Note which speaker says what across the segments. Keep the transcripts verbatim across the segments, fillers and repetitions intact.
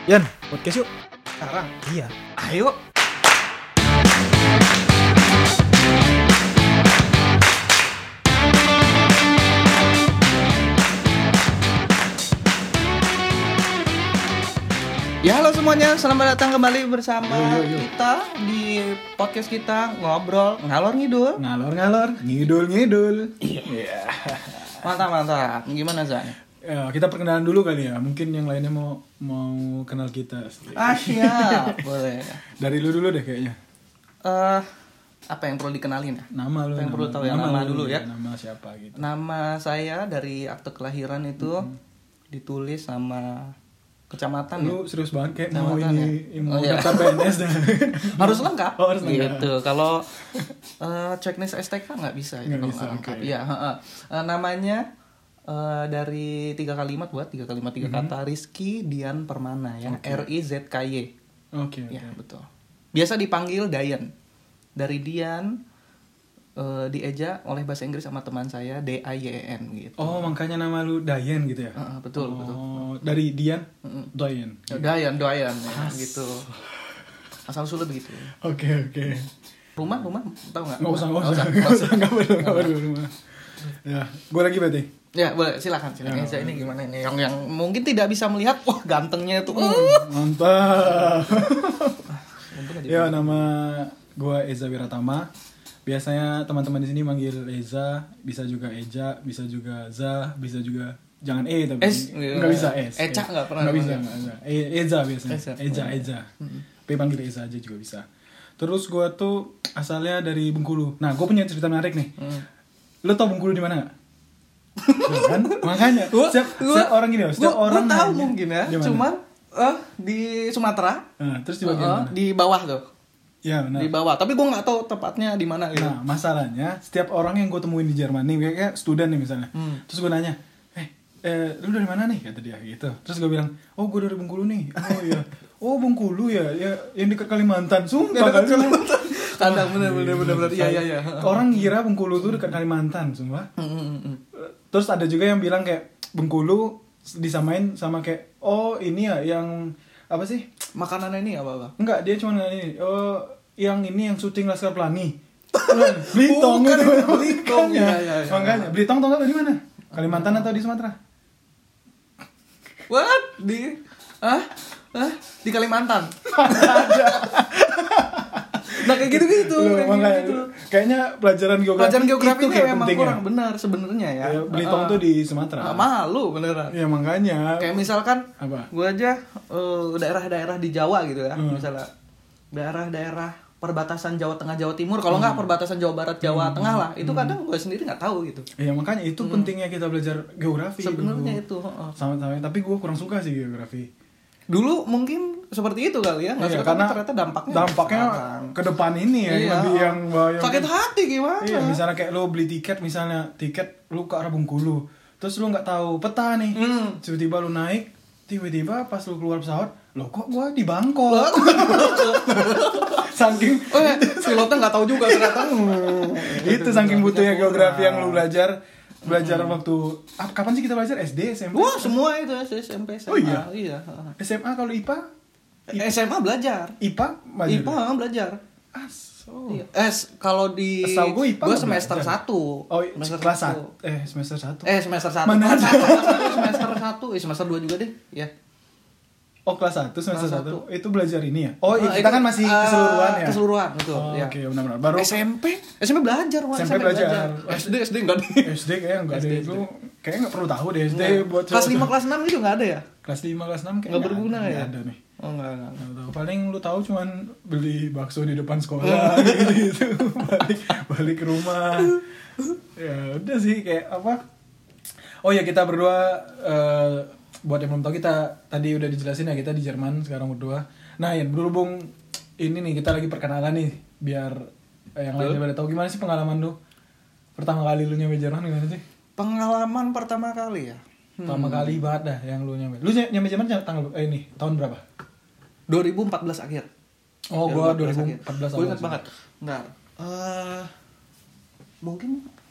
Speaker 1: Yan, podcast yuk.
Speaker 2: Sekarang?
Speaker 1: Iya.
Speaker 2: Ayo. Ya halo semuanya, selamat datang kembali bersama
Speaker 1: Yo, yo, yo.
Speaker 2: kita di podcast kita ngobrol ngalor ngidul.
Speaker 1: Ngalor-ngalor, ngidul-ngidul.
Speaker 2: Iya. Mantap mantap. Gimana Zan?
Speaker 1: Ya, kita perkenalan dulu kali ya. Mungkin yang lainnya mau mau kenal kita.
Speaker 2: Ah siap, boleh.
Speaker 1: Dari lu dulu deh kayaknya.
Speaker 2: Eh, apa yang perlu dikenalin ya?
Speaker 1: Nama lu.
Speaker 2: Apa yang
Speaker 1: nama,
Speaker 2: perlu tahu ya? Nama
Speaker 1: lu,
Speaker 2: dulu ya.
Speaker 1: Nama siapa gitu.
Speaker 2: Nama saya dari akte kelahiran itu ditulis sama kecamatan ya.
Speaker 1: Lu serius banget kayak mau
Speaker 2: Kecamatan
Speaker 1: ini
Speaker 2: ya?
Speaker 1: mau
Speaker 2: Oh, iya.
Speaker 1: daftar P N S dah.
Speaker 2: Harus lengkap.
Speaker 1: Oh, harus lengkap.
Speaker 2: Gitu. Kalau eh, checklist S T K nggak bisa itu
Speaker 1: Nggak
Speaker 2: kalau
Speaker 1: bisa,
Speaker 2: nggak lengkap.
Speaker 1: oke.
Speaker 2: Iya, heeh. Eh, namanya eh, dari tiga kalimat buat tiga kalimat tiga kata Rizky Dian Permana ya. R I Z K Y.
Speaker 1: Oke, oke.
Speaker 2: Ya, betul. Biasa dipanggil Dayan. Dari Dian eh, dieja oleh bahasa Inggris sama teman saya D A Y E N gitu.
Speaker 1: Oh, makanya nama lu Dayan gitu ya?
Speaker 2: Heeh, betul,
Speaker 1: oh,
Speaker 2: betul.
Speaker 1: dari Dian?
Speaker 2: Mm-mm.
Speaker 1: Dayan.
Speaker 2: Dayan, Dayan ya, gitu. Asal usulnya begitu.
Speaker 1: Oke, oke.
Speaker 2: Rumah, rumah, tahu nggak?
Speaker 1: Nggak usah, nggak
Speaker 2: Nggak
Speaker 1: usah. Nggak usah, nggak perlu, nggak perlu rumah. Ya, gue lagi berarti.
Speaker 2: Ya, boleh silakan. Silakan.
Speaker 1: Ya.
Speaker 2: Eza, ini gimana ini? Yang yang mungkin tidak bisa melihat, wah gantengnya itu. Uh.
Speaker 1: Mantap.
Speaker 2: Untung aja.
Speaker 1: Ya, nama gue Eza Wiratama. Biasanya teman-teman di sini manggil Eza, bisa juga Eja, bisa juga Za, bisa juga jangan E tapi
Speaker 2: S,
Speaker 1: nggak bisa S.
Speaker 2: Eca nggak pernah
Speaker 1: Nggak bisa,
Speaker 2: manggil.
Speaker 1: nggak bisa. E- Eza biasanya.
Speaker 2: Eza.
Speaker 1: Eja, Eja. Tapi panggil Eza aja juga bisa. Terus gue tuh asalnya dari Bengkulu. Nah, gue punya cerita menarik nih.
Speaker 2: Hmm.
Speaker 1: Lo tau Bengkulu di mana nggak? Tuh kan? Makanya
Speaker 2: Gua-
Speaker 1: setiap,
Speaker 2: gua-
Speaker 1: setiap orang gini loh, setiap
Speaker 2: Gua-
Speaker 1: orang
Speaker 2: gua tahu
Speaker 1: nanya,
Speaker 2: mungkin ya.
Speaker 1: di mana?
Speaker 2: Cuman eh di Sumatera.
Speaker 1: Nah, terus di bagian
Speaker 2: eh,
Speaker 1: mana?
Speaker 2: di bawah tuh.
Speaker 1: Ya, benar.
Speaker 2: Di bawah. Tapi gue nggak tahu tepatnya di mana gitu.
Speaker 1: Nah, masalahnya setiap orang yang gue temuin di Jerman nih, kayak, kayak student nih misalnya.
Speaker 2: Hmm.
Speaker 1: Terus gue nanya, eh, eh, lu dari mana nih? Kata dia gitu. Terus gue bilang, oh gue dari Bengkulu nih. Oh iya. Oh Bengkulu ya, ya yang dekat Kalimantan. Sumpah
Speaker 2: Dekat
Speaker 1: kan?
Speaker 2: Kalimantan. Kadang
Speaker 1: Wah,
Speaker 2: bener bener bener bener. Iya iya iya.
Speaker 1: Orang kira Bengkulu tuh dekat Kalimantan, sumpah.
Speaker 2: Hmm, hmm, hmm, hmm.
Speaker 1: Terus ada juga yang bilang kayak Bengkulu disamain sama kayak, oh ini ya yang apa sih?
Speaker 2: Makanannya ini apa apa?
Speaker 1: Enggak, dia cuma ini. Oh, yang ini yang syuting Laskar Pelangi. Blitong
Speaker 2: Bukan,
Speaker 1: itu.
Speaker 2: itu Blitong.
Speaker 1: Makanya,
Speaker 2: Iya, iya, iya.
Speaker 1: makanya. Blitong tau gak di mana? Kalimantan atau di Sumatera?
Speaker 2: What? Di ah? Ah? Di Kalimantan. Nah kayak gitu-gitu,
Speaker 1: Loh,
Speaker 2: kayak
Speaker 1: makanya,
Speaker 2: gitu.
Speaker 1: Kayaknya pelajaran geografi,
Speaker 2: Pelajaran geografi
Speaker 1: itu
Speaker 2: ini
Speaker 1: kayak
Speaker 2: memang
Speaker 1: penting
Speaker 2: kurang
Speaker 1: ya.
Speaker 2: benar sebenarnya ya.
Speaker 1: Ya, Blitong
Speaker 2: Ah,
Speaker 1: tuh di Sumatera.
Speaker 2: ah, malu beneran.
Speaker 1: Ya makanya.
Speaker 2: Kayak misalkan
Speaker 1: Apa?
Speaker 2: gue aja eh, daerah-daerah di Jawa gitu ya,
Speaker 1: Hmm.
Speaker 2: misalnya daerah-daerah perbatasan Jawa Tengah Jawa Timur, kalau nggak perbatasan Jawa Barat Jawa
Speaker 1: Hmm.
Speaker 2: Tengah lah, itu kadang gue sendiri nggak tahu gitu.
Speaker 1: Ya makanya itu pentingnya kita belajar geografi.
Speaker 2: Sebenarnya
Speaker 1: dulu.
Speaker 2: itu. heeh.
Speaker 1: Sama-sama, tapi gue kurang suka sih geografi.
Speaker 2: Dulu mungkin seperti itu kali ya, nggak
Speaker 1: Iya,
Speaker 2: suka,
Speaker 1: karena
Speaker 2: tapi ternyata dampaknya
Speaker 1: dampaknya
Speaker 2: sekarang.
Speaker 1: ke depan ini ya,
Speaker 2: Iya.
Speaker 1: lebih yang yang
Speaker 2: sakit hati gimana?
Speaker 1: Iya, misalnya kayak lo beli tiket, misalnya tiket lu ke arah Bengkulu, terus lu nggak tahu peta nih,
Speaker 2: Hmm.
Speaker 1: tiba-tiba lu naik, tiba-tiba pas lu keluar pesawat, lo kok gua di Bangkok? saking
Speaker 2: Oh ya, pilotnya nggak tahu juga ternyata.
Speaker 1: itu saking butuhnya geografi yang lu belajar belajar waktu ah, kapan sih kita belajar S D, S M P?
Speaker 2: Wah semua itu S M P S M A.
Speaker 1: Oh iya?
Speaker 2: Iya.
Speaker 1: S M A kalau I P A,
Speaker 2: S M A belajar.
Speaker 1: I P A, belajar.
Speaker 2: I P A memang belajar.
Speaker 1: Ah, so.
Speaker 2: Iya. Eh kalau di
Speaker 1: Setahu gua I P A
Speaker 2: gua
Speaker 1: nggak
Speaker 2: semester
Speaker 1: belajar.
Speaker 2: satu.
Speaker 1: Oh,
Speaker 2: semester
Speaker 1: kelas
Speaker 2: satu.
Speaker 1: satu. Eh, semester satu.
Speaker 2: Eh semester satu.
Speaker 1: Mana
Speaker 2: Kelas
Speaker 1: ada?
Speaker 2: satu, kelas satu, semester satu, eh semester dua juga deh. Ya.
Speaker 1: Oh, kelas satu, semester
Speaker 2: Kelas
Speaker 1: satu.
Speaker 2: satu.
Speaker 1: Itu belajar ini ya? Oh,
Speaker 2: Ah,
Speaker 1: kita
Speaker 2: itu,
Speaker 1: kan masih
Speaker 2: ah,
Speaker 1: keseluruhan ya?
Speaker 2: Keseluruhan, betul.
Speaker 1: Oh,
Speaker 2: ya.
Speaker 1: oke, benar-benar. Baru
Speaker 2: S M P, S M P belajar, Wak.
Speaker 1: S M P belajar.
Speaker 2: S D, S D enggak deh.
Speaker 1: S D kayaknya enggak ada
Speaker 2: S D,
Speaker 1: itu. Kayaknya enggak perlu tahu deh S D
Speaker 2: Enggak.
Speaker 1: buat
Speaker 2: Kelas
Speaker 1: cowok.
Speaker 2: lima, kelas enam gitu enggak ada ya?
Speaker 1: Kelas lima, kelas enam kayaknya
Speaker 2: Nggak berguna
Speaker 1: nggak
Speaker 2: ya?
Speaker 1: ada nih.
Speaker 2: Oh enggak, enggak.
Speaker 1: Nggak tahu. Paling lu tahu cuman beli bakso di depan sekolah gitu-gitu. balik balik ke rumah. Ya udah sih kayak apa? Oh ya kita berdua eh, buat yang belum tahu, kita tadi udah dijelasin ya, kita di Jerman sekarang berdua. Nah, ya berhubung ini nih kita lagi perkenalan nih biar eh, yang lainnya pada tahu gimana sih pengalaman lu pertama kali lu nyampe Jerman, gimana sih?
Speaker 2: Pengalaman pertama kali ya?
Speaker 1: Pertama kali banget dah yang lu nyampe. Lu ny- nyampe Jerman tanggal eh ini tahun berapa?
Speaker 2: dua ribu empat belas akhir.
Speaker 1: Oh, gua dua ribu empat belas
Speaker 2: Gue
Speaker 1: awal
Speaker 2: ingat
Speaker 1: sih.
Speaker 2: banget. Bentar. Eh mungkin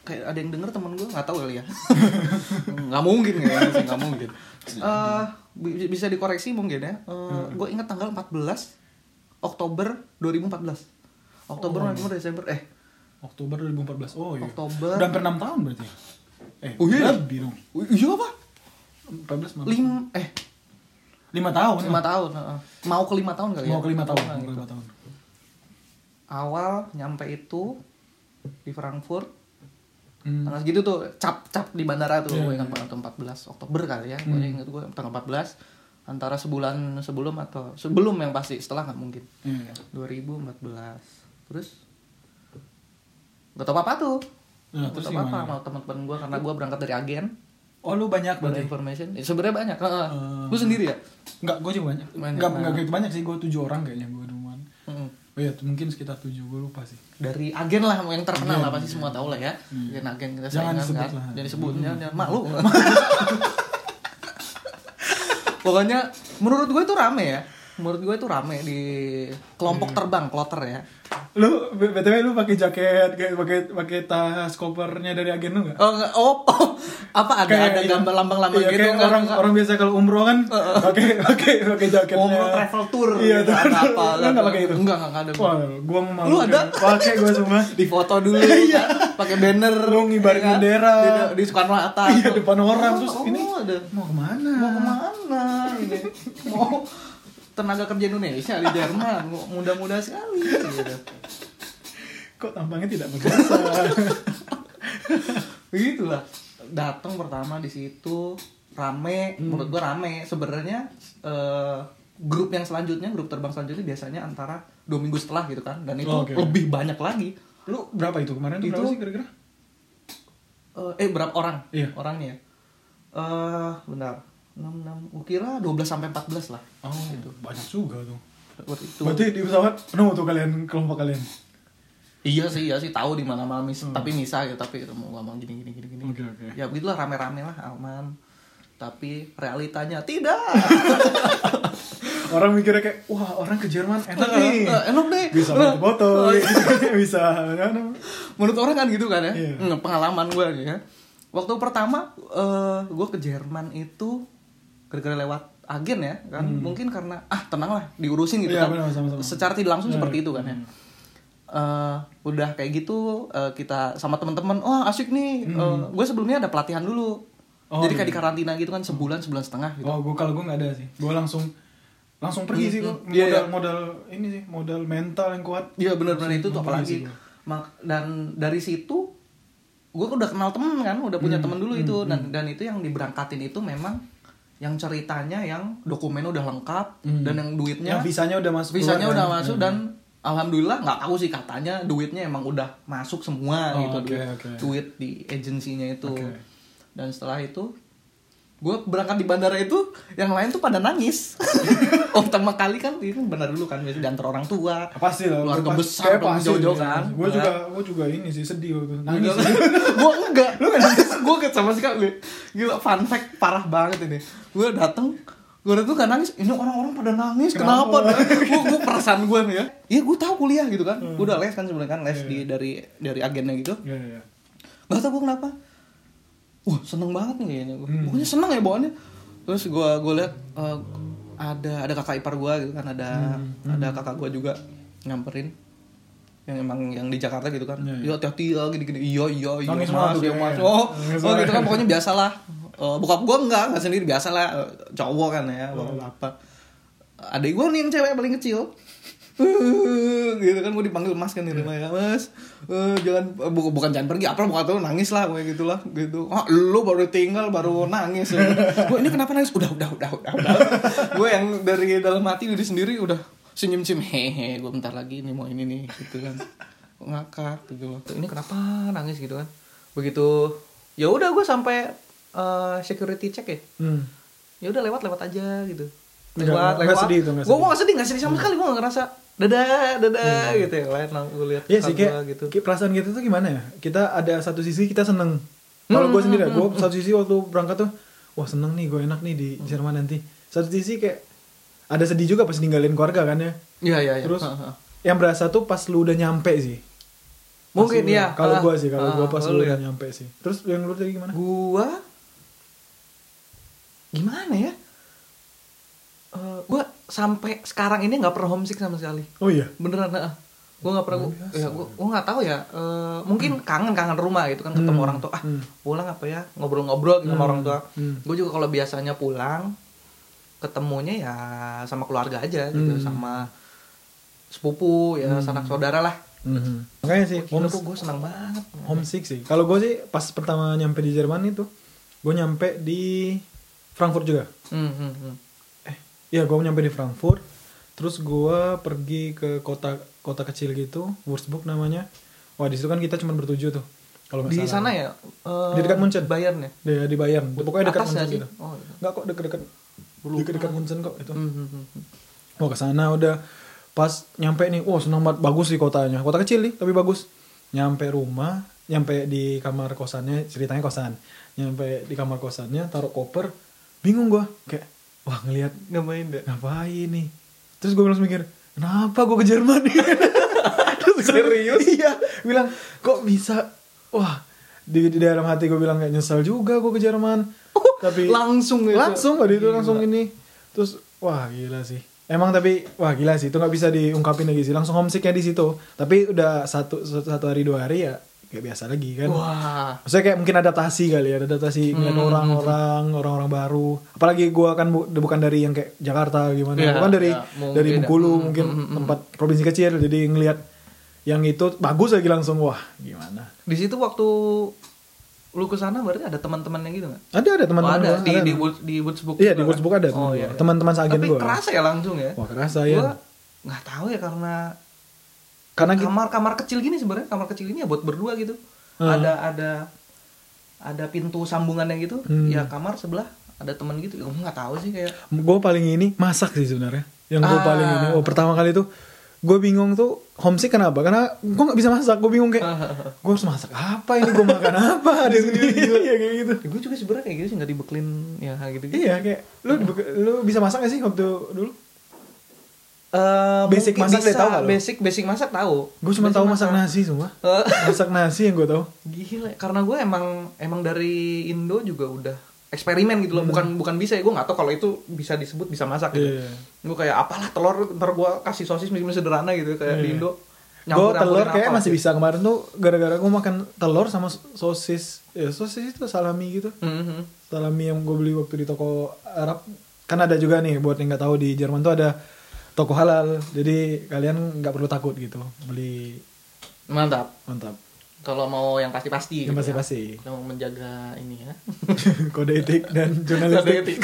Speaker 2: kayak ada yang denger temen gue, nggak tahu kali ya. Nggak mungkin ya, nggak mungkin. Uh, bisa dikoreksi mungkin ya. Uh, hmm. Gue ingat tanggal empat belas Oktober dua ribu empat belas. Oktober, November, oh. Desember, eh
Speaker 1: Oktober dua ribu empat belas. Oh iya.
Speaker 2: Oktober.
Speaker 1: Udah hampir enam tahun berarti. Eh,
Speaker 2: oh iya.
Speaker 1: Lebih dong.
Speaker 2: Oh, iya apa?
Speaker 1: empat belas
Speaker 2: Lim eh
Speaker 1: lima tahun.
Speaker 2: lima tahun, uh, mau ke lima tahun kali
Speaker 1: mau
Speaker 2: ya.
Speaker 1: Mau ke lima tahun,
Speaker 2: mau
Speaker 1: ke lima tahun.
Speaker 2: Awal nyampe itu di Frankfurt.
Speaker 1: Hmm.
Speaker 2: Tanggal segitu tuh cap-cap di bandara tuh.
Speaker 1: Yeah,
Speaker 2: gue ingat
Speaker 1: yeah.
Speaker 2: banget empat belas Oktober kali ya.
Speaker 1: Hmm.
Speaker 2: Gue ingat gue tanggal empat belas antara sebulan sebelum atau sebelum yang pasti, setelah nggak mungkin.
Speaker 1: Yeah.
Speaker 2: dua ribu empat belas. Terus gak tau apa-apa tuh.
Speaker 1: Nah,
Speaker 2: gak tau apa-apa sama teman-teman gue karena gue berangkat dari agen.
Speaker 1: Oh lu banyak
Speaker 2: berarti? Information. Ya, sebenarnya banyak. Uh,
Speaker 1: uh,
Speaker 2: lu sendiri ya?
Speaker 1: Enggak, gue juga banyak.
Speaker 2: banyak
Speaker 1: Enggak,
Speaker 2: nah.
Speaker 1: enggak gitu banyak sih, gue tujuh orang kayaknya gue duluan.
Speaker 2: Uh-uh.
Speaker 1: Oh iya, mungkin sekitar tujuh, gue lupa sih.
Speaker 2: Dari agen lah yang terkenal
Speaker 1: agen,
Speaker 2: lah pasti
Speaker 1: agen.
Speaker 2: semua tahu lah ya.
Speaker 1: Hmm.
Speaker 2: Agen-agen kita
Speaker 1: jangan
Speaker 2: saingan
Speaker 1: disebut
Speaker 2: kan.
Speaker 1: lah.
Speaker 2: Jangan disebut,
Speaker 1: Hmm.
Speaker 2: jangan malu. Pokoknya menurut gue itu rame ya. Menurut gue itu rame di kelompok
Speaker 1: hmm.
Speaker 2: terbang, kloter ya.
Speaker 1: Lu B T W lu pakai jaket kayak pakai pakai tas kopernya dari agen lu enggak?
Speaker 2: Oh, enggak. Oh, oh. Apa ada
Speaker 1: kayak,
Speaker 2: ada gambar lambang-lambang
Speaker 1: iya,
Speaker 2: gitu
Speaker 1: kayak
Speaker 2: enggak,
Speaker 1: orang
Speaker 2: enggak.
Speaker 1: orang biasa kalau umroh kan pakai pakai pakai jaketnya.
Speaker 2: Umroh travel tour.
Speaker 1: Iya,
Speaker 2: gitu,
Speaker 1: ada
Speaker 2: apa?
Speaker 1: Lu enggak pakai itu?
Speaker 2: Enggak, enggak ada.
Speaker 1: Wah, gua mau
Speaker 2: Lu ada?
Speaker 1: Pakai gua semua.
Speaker 2: Di foto dulu. Iya. Pakai banner,
Speaker 1: lu ngibarin bendera
Speaker 2: di, di Soekarno Hatta.
Speaker 1: Iya, depan orang terus
Speaker 2: oh,
Speaker 1: ini
Speaker 2: ada.
Speaker 1: Mau kemana?
Speaker 2: Mau kemana ini? Mau tenaga kerja Indonesia di Jerman, muda-muda sekali gitu.
Speaker 1: Kok tampangnya tidak berjasa?
Speaker 2: Begitulah. Datang pertama di situ rame, hmm. menurut gua rame. Sebenarnya uh, grup yang selanjutnya, grup terbang selanjutnya biasanya antara dua minggu setelah gitu kan, dan itu oh, okay. lebih banyak lagi.
Speaker 1: Lu berapa itu kemarin? Itu berapa sih kira-kira?
Speaker 2: Uh, eh berapa orang?
Speaker 1: Iya.
Speaker 2: Orangnya. Eh, uh, bentar. enam enam Ukira dua belas sampai empat belas lah.
Speaker 1: Oh, itu banyak juga tuh.
Speaker 2: Itu.
Speaker 1: Berarti di pesawat penuh tuh kalian, kelompok kalian.
Speaker 2: Iya sih, iya sih tahu di mana-mana mis, hmm. tapi misah gitu, tapi mau ngomong gini gini gini gini.
Speaker 1: Okay, okay.
Speaker 2: Ya begitulah rame-rame lah, aman. Tapi realitanya tidak.
Speaker 1: Orang mikirnya kayak, wah orang ke Jerman enak nih.
Speaker 2: Enak nih.
Speaker 1: Bisa foto, bisa.
Speaker 2: Menurut orang kan gitu kan ya.
Speaker 1: Yeah.
Speaker 2: Pengalaman gue ya. Waktu pertama uh, gue ke Jerman itu gara-gara lewat agen ya kan, hmm. mungkin karena ah tenang lah diurusin gitu yeah, kan. Bener, sama-sama. Secara tidak langsung yeah, seperti itu kan ya. Uh, udah kayak gitu uh, kita sama teman-teman, wah oh, asik nih. Hmm. Uh, gue sebelumnya ada pelatihan dulu. Oh, jadi kayak iya. di karantina gitu kan sebulan sebulan setengah gitu.
Speaker 1: Oh, gue kalau gue nggak ada sih. Gue langsung langsung pergi hmm, sih gue. Modal
Speaker 2: iya,
Speaker 1: modal ini sih, modal mental yang kuat.
Speaker 2: Iya benar-benar itu tuh apalagi. Dan dari situ gue udah kenal temen kan, udah punya hmm, temen dulu hmm, itu dan hmm. dan itu yang diberangkatin itu memang yang ceritanya yang dokumennya udah lengkap hmm. dan yang duitnya.
Speaker 1: Yang visanya udah masuk.
Speaker 2: Visanya udah kan? masuk hmm. dan alhamdulillah nggak tahu sih katanya duitnya emang udah masuk semua
Speaker 1: oh,
Speaker 2: gitu
Speaker 1: okay,
Speaker 2: duit,
Speaker 1: okay.
Speaker 2: duit di agensinya itu
Speaker 1: okay.
Speaker 2: Dan setelah itu gue berangkat di bandara itu yang lain tuh pada nangis. Oh pertama kali kan ini bandara dulu kan biasanya diantar orang tua
Speaker 1: pasti lah
Speaker 2: keluarga besar dong jauh-jauh kan.
Speaker 1: Gue juga gue juga ini sih sedih waktu
Speaker 2: nangis. Gue enggak, lu nangis gue gak sama sekali. Gila fun fact parah banget ini. Gue dateng gue tuh gak nangis, ini orang-orang pada nangis, kenapa? Gue gue perasaan gue nih ya, iya gue tahu kuliah gitu kan, hmm. gue udah les kan sebenarnya kan les yeah, di yeah. dari dari agennya gitu,
Speaker 1: yeah, yeah.
Speaker 2: Gak tau gue kenapa, wah seneng banget nih kayaknya gue, hmm. pokoknya seneng ya bawaannya, terus gue gue lihat uh, ada ada kakak ipar gue gitu kan, ada hmm. Hmm. ada kakak gue juga nyamperin, yang emang yang di Jakarta gitu kan, yeah, yeah. Iya hati-hati ya gini-gini, iya iya iya,
Speaker 1: nangis
Speaker 2: mas,
Speaker 1: mas,
Speaker 2: dia
Speaker 1: ya,
Speaker 2: mas,
Speaker 1: ya.
Speaker 2: oh, oh gitu kan pokoknya biasalah. Uh, bokap gue enggak, enggak sendiri, biasa lah, uh, cowok kan ya, bokap apa. Adik gue nih yang cewek paling kecil. Uh, gitu kan gue dipanggil mas kan di rumah ya, mas. Uh, jangan uh, bu- bukan jangan pergi, apa bukan tuh nangis lah kayak gitulah, gitu. Ah, lu baru tinggal baru nangis. Gue ini kenapa nangis? Udah udah udah udah udah. Gue yang dari dalam hati diri sendiri udah senyum-senyum, hehe, gue bentar lagi nih mau ini nih gitu kan. Ngakak gitu. Ini kenapa nangis gitu kan. Begitu ya udah gue sampai Uh, security check ya, hmm. ya udah lewat lewat aja gitu, lewat
Speaker 1: nggak,
Speaker 2: lewat.
Speaker 1: Sedih itu,
Speaker 2: gue nggak sedih nggak sedih sama sekali, gue nggak ngerasa dadah dadah hmm. gitu ya, lain gue lihat.
Speaker 1: Iya sih kayak gitu. Perasaan gitu tuh gimana ya? Kita ada satu sisi kita seneng. Kalau hmm, gue sendiri, hmm, gue hmm. satu sisi waktu berangkat tuh, wah seneng nih, gue enak nih di hmm. Jerman nanti. Satu sisi kayak ada sedih juga pas ninggalin keluarga kan ya.
Speaker 2: Iya iya.
Speaker 1: Terus
Speaker 2: ya.
Speaker 1: yang berasa tuh pas lu udah nyampe sih.
Speaker 2: Mungkin
Speaker 1: Pasti
Speaker 2: ya.
Speaker 1: udah. Kalau
Speaker 2: Ah,
Speaker 1: gua sih, kalau
Speaker 2: ah,
Speaker 1: gua pas
Speaker 2: lu
Speaker 1: udah
Speaker 2: ya.
Speaker 1: nyampe sih. Terus yang lu tadi gimana?
Speaker 2: Gua gimana ya? Eh, gua sampai sekarang ini nggak pernah homesick sama sekali.
Speaker 1: Oh iya.
Speaker 2: Beneran, heeh. Gue nggak pernah,
Speaker 1: Oh,
Speaker 2: gua,
Speaker 1: biasa.
Speaker 2: ya gue gue nggak tahu ya. Eh, mungkin kangen kangen rumah gitu kan, ketemu
Speaker 1: Hmm,
Speaker 2: orang tua. Ah,
Speaker 1: hmm.
Speaker 2: pulang apa ya, ngobrol-ngobrol gitu sama
Speaker 1: Hmm,
Speaker 2: orang tua.
Speaker 1: hmm.
Speaker 2: Gue juga kalau biasanya pulang, ketemunya ya sama keluarga aja gitu,
Speaker 1: Hmm.
Speaker 2: sama sepupu ya,
Speaker 1: Hmm.
Speaker 2: sanak saudara lah.
Speaker 1: Mhm. Makanya sih
Speaker 2: Gila,
Speaker 1: homes-
Speaker 2: gue senang banget.
Speaker 1: homesick sih. Kalau gue sih pas pertama nyampe di Jerman itu, gue nyampe di Frankfurt juga.
Speaker 2: Hmm, hmm, hmm.
Speaker 1: Eh, iya gue nyampe di Frankfurt. Terus gue pergi ke kota kota kecil gitu, Würzburg namanya. Wah di situ kan kita cuma bertujuh tuh. Kalau nggak
Speaker 2: Di
Speaker 1: salah.
Speaker 2: sana ya? eh,
Speaker 1: Di dekat Munchen.
Speaker 2: Bayern ya?
Speaker 1: Di, di Bayern. Pokoknya dekat
Speaker 2: Atas
Speaker 1: Munchen
Speaker 2: nggak sih?
Speaker 1: gitu.
Speaker 2: Oh, iya.
Speaker 1: Enggak kok dekat-dekat.
Speaker 2: Lupa.
Speaker 1: Dekat-dekat Munchen kok itu.
Speaker 2: Hmm, hmm, hmm, hmm.
Speaker 1: Wah ke sana udah pas nyampe nih, wah senang banget, bagus di kotanya. Kota kecil nih, tapi bagus. Nyampe rumah, nyampe di kamar kosannya, ceritanya kosan. Nyampe di kamar kosannya, taruh koper, bingung gua, kayak wah ngelihat
Speaker 2: Ngapain deh?
Speaker 1: ngapain nih. Terus gue langsung mikir, kenapa gue ke Jerman nih? Terus gua-
Speaker 2: Serius?
Speaker 1: Iya, bilang kok bisa? Wah, di, di dalam hati gue bilang kayak nyesel juga gue ke Jerman. Tapi
Speaker 2: Langsung gitu.
Speaker 1: langsung tadi itu
Speaker 2: Gila.
Speaker 1: langsung ini. Terus wah gila sih. Emang tapi wah gila sih, itu nggak bisa diungkapin lagi sih. Langsung homesicknya di situ. Tapi udah satu satu hari dua hari ya kayak biasa lagi kan.
Speaker 2: Wah.
Speaker 1: Maksudnya kayak mungkin adaptasi kali ya, adaptasi ngeliat
Speaker 2: Hmm.
Speaker 1: orang-orang, orang-orang baru. Apalagi gua kan bu- bukan dari yang kayak Jakarta gimana,
Speaker 2: Iya,
Speaker 1: bukan dari
Speaker 2: iya, mungkin
Speaker 1: dari
Speaker 2: ya.
Speaker 1: Bengkulu,
Speaker 2: Hmm,
Speaker 1: mungkin
Speaker 2: hmm, hmm,
Speaker 1: tempat provinsi kecil, jadi ngelihat yang itu bagus lagi langsung wah gimana.
Speaker 2: Di situ waktu lu ke sana berarti ada teman-temannya gitu nggak?
Speaker 1: Ada ada teman-teman
Speaker 2: Oh, ada
Speaker 1: gua,
Speaker 2: di
Speaker 1: ada.
Speaker 2: di Wurz- di Würzburg.
Speaker 1: Iya
Speaker 2: juga
Speaker 1: di
Speaker 2: kan?
Speaker 1: Würzburg ada teman
Speaker 2: Oh,
Speaker 1: gua.
Speaker 2: iya, iya.
Speaker 1: Teman-teman seagen
Speaker 2: Tapi
Speaker 1: gua.
Speaker 2: kerasa ya langsung ya.
Speaker 1: Wah kerasa ya.
Speaker 2: Gua nggak tahu ya karena
Speaker 1: Karena kita,
Speaker 2: kamar-kamar kecil gini sebenarnya kamar kecil ini ya buat berdua gitu.
Speaker 1: Hmm.
Speaker 2: Ada ada ada pintu sambungannya gitu.
Speaker 1: Hmm.
Speaker 2: Ya kamar sebelah ada teman gitu. Gue nggak tahu sih kayak.
Speaker 1: gue paling ini masak sih sebenarnya. Yang gue
Speaker 2: Ah.
Speaker 1: paling ini, oh pertama kali tuh gue bingung tuh homesick kenapa? Karena gue nggak bisa masak. Gue bingung kayak gue harus masak apa ini? Gue makan apa di sini? Iya kayak gitu.
Speaker 2: Ya, gue juga sebenarnya kayak gitu sih nggak dibekelin ya gitu. -gitu.
Speaker 1: Iya kayak lu lu bisa masak gak sih waktu dulu?
Speaker 2: Eh,
Speaker 1: Basic
Speaker 2: mungkin
Speaker 1: masak deh,
Speaker 2: bisa.
Speaker 1: tahu nggak lo?
Speaker 2: Basic basic masak tahu.
Speaker 1: Gue cuma
Speaker 2: Basic
Speaker 1: tahu masak nasi semua.
Speaker 2: Eh,
Speaker 1: Masak nasi yang gue tahu.
Speaker 2: Gila, karena gue emang emang dari Indo juga udah eksperimen gitu loh, bukan bukan bisa ya, gue nggak tahu kalau itu bisa disebut bisa masak gitu.
Speaker 1: Iya.
Speaker 2: Gue kayak apalah telur, ntar gue kasih sosis meskipun sederhana gitu kayak di
Speaker 1: Iya.
Speaker 2: Indo.
Speaker 1: Gue telur kayak
Speaker 2: apa
Speaker 1: masih
Speaker 2: gitu.
Speaker 1: bisa kemarin tuh gara-gara gue makan telur sama sosis. Ya sosis itu salami gitu.
Speaker 2: Mhm.
Speaker 1: Salami yang gue beli waktu di toko Arab. Kan ada juga nih buat yang nggak tahu di Jerman tuh ada toko halal. Jadi kalian nggak perlu takut gitu beli.
Speaker 2: Mantap.
Speaker 1: Mantap.
Speaker 2: Kalau mau yang pasti-pasti.
Speaker 1: Yang
Speaker 2: gitu ya.
Speaker 1: pasti-pasti.
Speaker 2: Kita mau menjaga ini ya.
Speaker 1: Kode etik dan
Speaker 2: Kode
Speaker 1: jurnalistik.
Speaker 2: etik.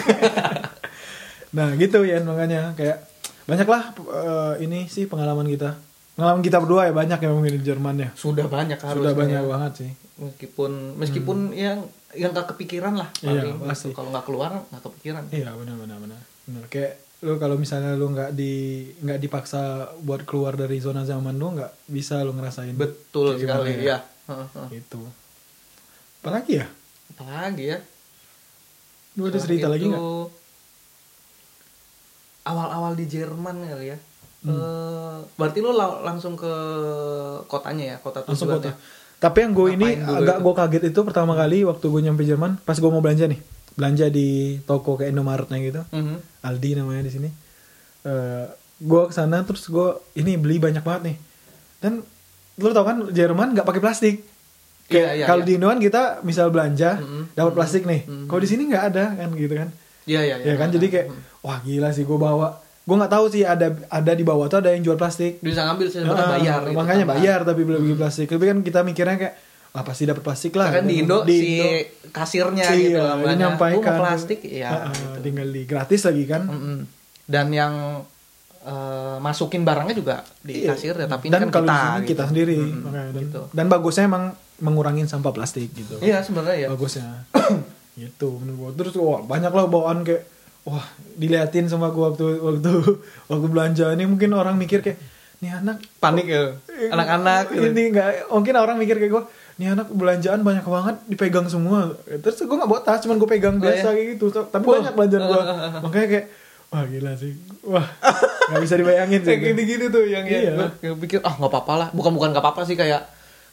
Speaker 1: Nah gitu ya makanya kayak banyaklah eh, ini sih pengalaman kita. Pengalaman kita berdua ya banyak ya mungkin di Jerman ya.
Speaker 2: Sudah banyak harusnya.
Speaker 1: Sudah banyak
Speaker 2: ya.
Speaker 1: banget sih.
Speaker 2: Meskipun meskipun yang yang gak kepikiran lah.
Speaker 1: Iya,
Speaker 2: paling
Speaker 1: pasti.
Speaker 2: gitu. Kalau nggak keluar nggak kepikiran.
Speaker 1: Iya benar benar benar. Benar kayak lu kalau misalnya lu nggak di nggak dipaksa buat keluar dari zona nyaman lu nggak bisa lu ngerasain.
Speaker 2: Betul
Speaker 1: kayak gimana
Speaker 2: sekali ya. Heeh.
Speaker 1: Gitu. Apalagi ya?
Speaker 2: Apalagi ya?
Speaker 1: Lu ada
Speaker 2: Selain
Speaker 1: cerita lagi
Speaker 2: itu,
Speaker 1: nggak?
Speaker 2: Awal-awal di Jerman kali ya.
Speaker 1: Hmm.
Speaker 2: Eh, berarti lu la- langsung ke kotanya ya, kota
Speaker 1: Langsung kota.
Speaker 2: tujuannya.
Speaker 1: Tapi yang gue ini
Speaker 2: Ngapain dulu
Speaker 1: agak
Speaker 2: itu?
Speaker 1: gue kaget itu pertama kali waktu gue nyampe Jerman, pas gue mau belanja nih, belanja di toko kayak Indomaretnya gitu,
Speaker 2: Mhm.
Speaker 1: Aldi namanya di sini. Eh gue kesana terus gue ini beli banyak banget nih. Dan lu tau kan Jerman nggak pakai plastik. Kayak
Speaker 2: Iya, iya,
Speaker 1: kalau
Speaker 2: iya.
Speaker 1: di Indoan kita misal belanja
Speaker 2: Mhm.
Speaker 1: dapat plastik nih.
Speaker 2: Mhm.
Speaker 1: Kalau di sini nggak ada kan gitu kan.
Speaker 2: Iya, iya,
Speaker 1: Ya kan jadi kayak wah gila sih gue bawa. Gue nggak tahu sih ada ada di bawah tuh ada yang jual plastik.
Speaker 2: bisa ngambil sebenarnya
Speaker 1: Ah,
Speaker 2: bayar gitu,
Speaker 1: makanya
Speaker 2: sama.
Speaker 1: bayar tapi belum beli plastik. Tapi kan kita mikirnya kayak ah pasti dapat plastik lah.
Speaker 2: Kan di Indo si
Speaker 1: Indo,
Speaker 2: kasirnya
Speaker 1: iya,
Speaker 2: gitu
Speaker 1: dia
Speaker 2: namanya.
Speaker 1: nyampaikan.
Speaker 2: "Gua mau plastik ya.
Speaker 1: Ah, ah,
Speaker 2: gitu.
Speaker 1: tinggal di gratis lagi kan.
Speaker 2: Mm-mm. Dan yang eh, masukin barangnya juga di
Speaker 1: Iya.
Speaker 2: kasir ya, tapi
Speaker 1: dan
Speaker 2: ini kan
Speaker 1: kalau
Speaker 2: kita
Speaker 1: di sini
Speaker 2: gitu.
Speaker 1: kita sendiri
Speaker 2: Mm-mm.
Speaker 1: makanya dan,
Speaker 2: Gitu.
Speaker 1: dan bagusnya emang mengurangin sampah plastik gitu.
Speaker 2: Iya sebenarnya ya.
Speaker 1: Bagusnya. Gitu menurut gua. Terus wah banyak lah bawaan kayak wah diliatin sama gua waktu waktu waktu belanja ini mungkin orang mikir kayak nih anak
Speaker 2: Panik ya. Anak-anak gitu.
Speaker 1: ini nggak mungkin orang mikir kayak gue nih anak belanjaan banyak banget dipegang semua terus gue nggak bawa tas cuman gue pegang
Speaker 2: Oh,
Speaker 1: biasa
Speaker 2: iya?
Speaker 1: kayak gitu tapi
Speaker 2: Wah.
Speaker 1: banyak belanjaan gue makanya kayak wah gila sih wah nggak bisa dibayangin sih
Speaker 2: Kayak gini-gini tuh yang
Speaker 1: Iya.
Speaker 2: ya, gue pikir ah nggak apa-apa lah, bukan bukan nggak apa-apa sih kayak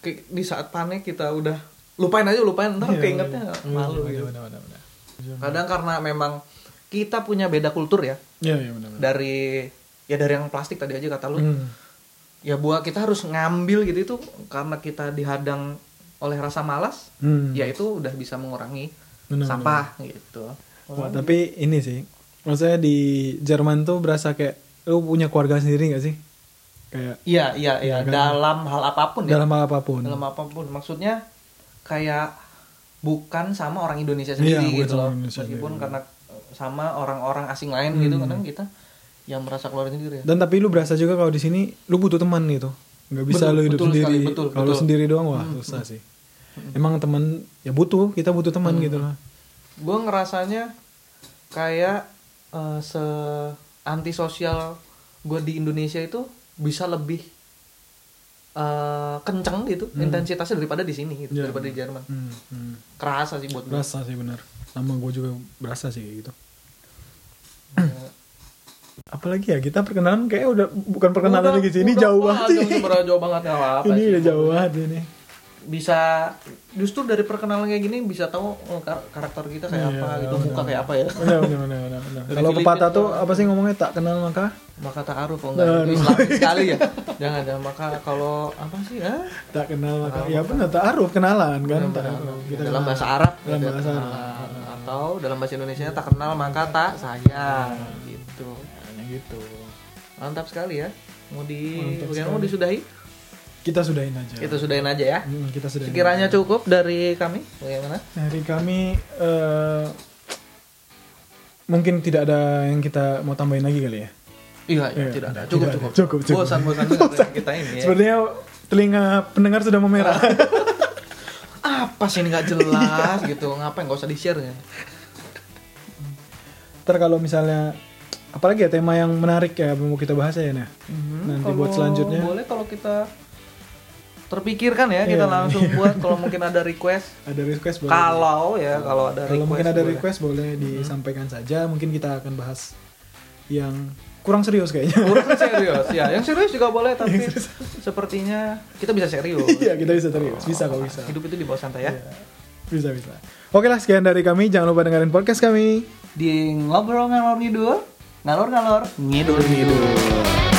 Speaker 2: Kayak di saat panik kita udah lupain aja lupain ntar
Speaker 1: Iya,
Speaker 2: keingetnya
Speaker 1: iya.
Speaker 2: malu
Speaker 1: Iya,
Speaker 2: gitu.
Speaker 1: benar, benar, benar.
Speaker 2: Kadang karena memang kita punya beda kultur ya.
Speaker 1: Iya, iya benar. benar.
Speaker 2: Dari ya dari yang plastik tadi aja kata lu.
Speaker 1: Hmm.
Speaker 2: Ya buat kita harus ngambil gitu itu karena kita dihadang oleh rasa malas,
Speaker 1: Hmm.
Speaker 2: ya itu udah bisa mengurangi
Speaker 1: Benar,
Speaker 2: sampah gitu.
Speaker 1: Wah, tapi ini sih, maksudnya di Jerman tuh berasa kayak lu punya keluarga sendiri gak sih? Kayak
Speaker 2: Iya, iya, iya,
Speaker 1: Iya kan?
Speaker 2: dalam hal apapun ya.
Speaker 1: dalam hal apapun.
Speaker 2: Dalam apapun. Maksudnya kayak bukan sama orang Indonesia
Speaker 1: Iya,
Speaker 2: sendiri
Speaker 1: bukan
Speaker 2: gitu
Speaker 1: sama
Speaker 2: loh.
Speaker 1: Indonesia
Speaker 2: Meskipun
Speaker 1: sendiri.
Speaker 2: karena sama orang-orang asing lain gitu kadang kita yang merasa keluar sendiri ya.
Speaker 1: Dan tapi lu berasa juga kalau di sini lu butuh teman gitu. Nggak bisa
Speaker 2: Betul,
Speaker 1: lu hidup
Speaker 2: betul
Speaker 1: sendiri.
Speaker 2: sekali, betul,
Speaker 1: Kalau
Speaker 2: betul.
Speaker 1: sendiri doang wah susah sih. Emang teman ya butuh, kita butuh teman gitu loh.
Speaker 2: Gue ngerasanya kayak eh, se antisosial gue di Indonesia itu bisa lebih eh, kenceng gitu intensitasnya daripada di sini gitu,
Speaker 1: Iya.
Speaker 2: daripada di Jerman.
Speaker 1: Hmm, hmm.
Speaker 2: Kerasa sih buat gue.
Speaker 1: Berasa sih benar. Sama gue juga berasa sih kayak gitu. Apalagi ya kita perkenalan kayak udah bukan perkenalan
Speaker 2: Udah-
Speaker 1: lagi sih. Ini
Speaker 2: udah
Speaker 1: jauh
Speaker 2: banget,
Speaker 1: banget sih.
Speaker 2: jauh, jauh banget nggak apa-apa
Speaker 1: Ini
Speaker 2: sih.
Speaker 1: udah jauh banget ini.
Speaker 2: Bisa justru dari perkenalan kayak gini bisa tahu oh, kar- karakter kita kayak
Speaker 1: Iya,
Speaker 2: apa gitu,
Speaker 1: benar.
Speaker 2: muka kayak apa ya.
Speaker 1: Benar benar benar benar. benar.
Speaker 2: Dari
Speaker 1: Kalau
Speaker 2: Filipina
Speaker 1: pepatah tuh
Speaker 2: tuh-
Speaker 1: apa sih ngomongnya tak kenal maka
Speaker 2: Maka ta'aruf oh enggak,
Speaker 1: Nah,
Speaker 2: itu Islami sekali ya. Jangan ada maka kalau apa sih ya?
Speaker 1: tak kenal maka
Speaker 2: Tahu.
Speaker 1: ya benar taaruf kenalan kan.
Speaker 2: Benar,
Speaker 1: Ta'aruf.
Speaker 2: benar.
Speaker 1: Kita
Speaker 2: dalam
Speaker 1: kenal.
Speaker 2: bahasa Arab
Speaker 1: Dalam
Speaker 2: gitu.
Speaker 1: bahasa Arab.
Speaker 2: Nah, atau dalam bahasa Indonesia tak kenal maka tak sayang gitu.
Speaker 1: Nah, gitu.
Speaker 2: Mantap sekali ya. Mau di
Speaker 1: Mantap
Speaker 2: bagaimana
Speaker 1: sekali.
Speaker 2: mau disudahi?
Speaker 1: Kita sudahin aja.
Speaker 2: Kita sudahin aja ya.
Speaker 1: Hmm, kita sudahin.
Speaker 2: Sekiranya
Speaker 1: aja.
Speaker 2: cukup dari kami, bagaimana?
Speaker 1: Dari kami eh, mungkin tidak ada yang kita mau tambahin lagi kali ya.
Speaker 2: Iya, iya,
Speaker 1: Iya,
Speaker 2: tidak ada.
Speaker 1: tidak
Speaker 2: Cukup,
Speaker 1: ada.
Speaker 2: cukup.
Speaker 1: Cukup, cukup.
Speaker 2: Bosan-bosan juga kita ini ya.
Speaker 1: Sepertinya telinga pendengar sudah memerah.
Speaker 2: Apa sih ini nggak jelas gitu? Ngapain? Nggak usah di-share ya.
Speaker 1: Ntar kalau misalnya apalagi ya tema yang menarik ya mau kita bahas ya nah. Nanti
Speaker 2: Kalau
Speaker 1: buat selanjutnya.
Speaker 2: boleh kalau kita terpikirkan ya, kita
Speaker 1: Iya,
Speaker 2: langsung
Speaker 1: iya.
Speaker 2: buat kalau mungkin ada request.
Speaker 1: Ada request boleh.
Speaker 2: Kalau ya, kalau ada
Speaker 1: Kalau
Speaker 2: request.
Speaker 1: mungkin ada
Speaker 2: boleh.
Speaker 1: request boleh disampaikan saja. Mungkin kita akan bahas yang kurang serius kayaknya.
Speaker 2: Kurang serius ya. Yang serius juga boleh tapi sepertinya kita bisa serius.
Speaker 1: Iya kita bisa serius. Bisa kok bisa.
Speaker 2: Hidup itu dibawa santai ya.
Speaker 1: Iya. Bisa bisa. Oke lah sekian dari kami. Jangan lupa dengerin podcast kami.
Speaker 2: Di ngobrol ngalor ngidul, ngalor ngalor ngidul ngidul.